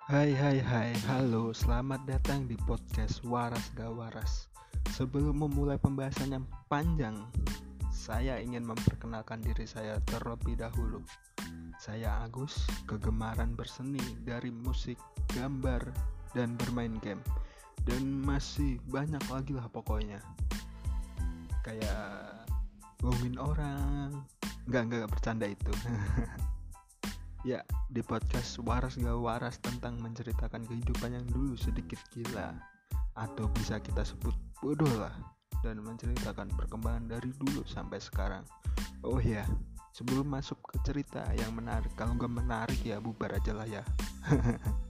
Hai, halo, selamat datang di podcast Waras Gak Waras. Sebelum memulai pembahasan yang panjang, saya ingin memperkenalkan diri saya terlebih dahulu. Saya Agus, kegemaran berseni dari musik, gambar, dan bermain game. Dan masih banyak lagi lah pokoknya. Kayak bohongin orang, enggak bercanda itu. Ya, di podcast Waras Gak Waras tentang menceritakan kehidupan yang dulu sedikit gila, atau bisa kita sebut bodoh lah, dan menceritakan perkembangan dari dulu sampai sekarang. Oh ya, sebelum masuk ke cerita yang menarik, kalau nggak menarik ya bubar aja lah ya.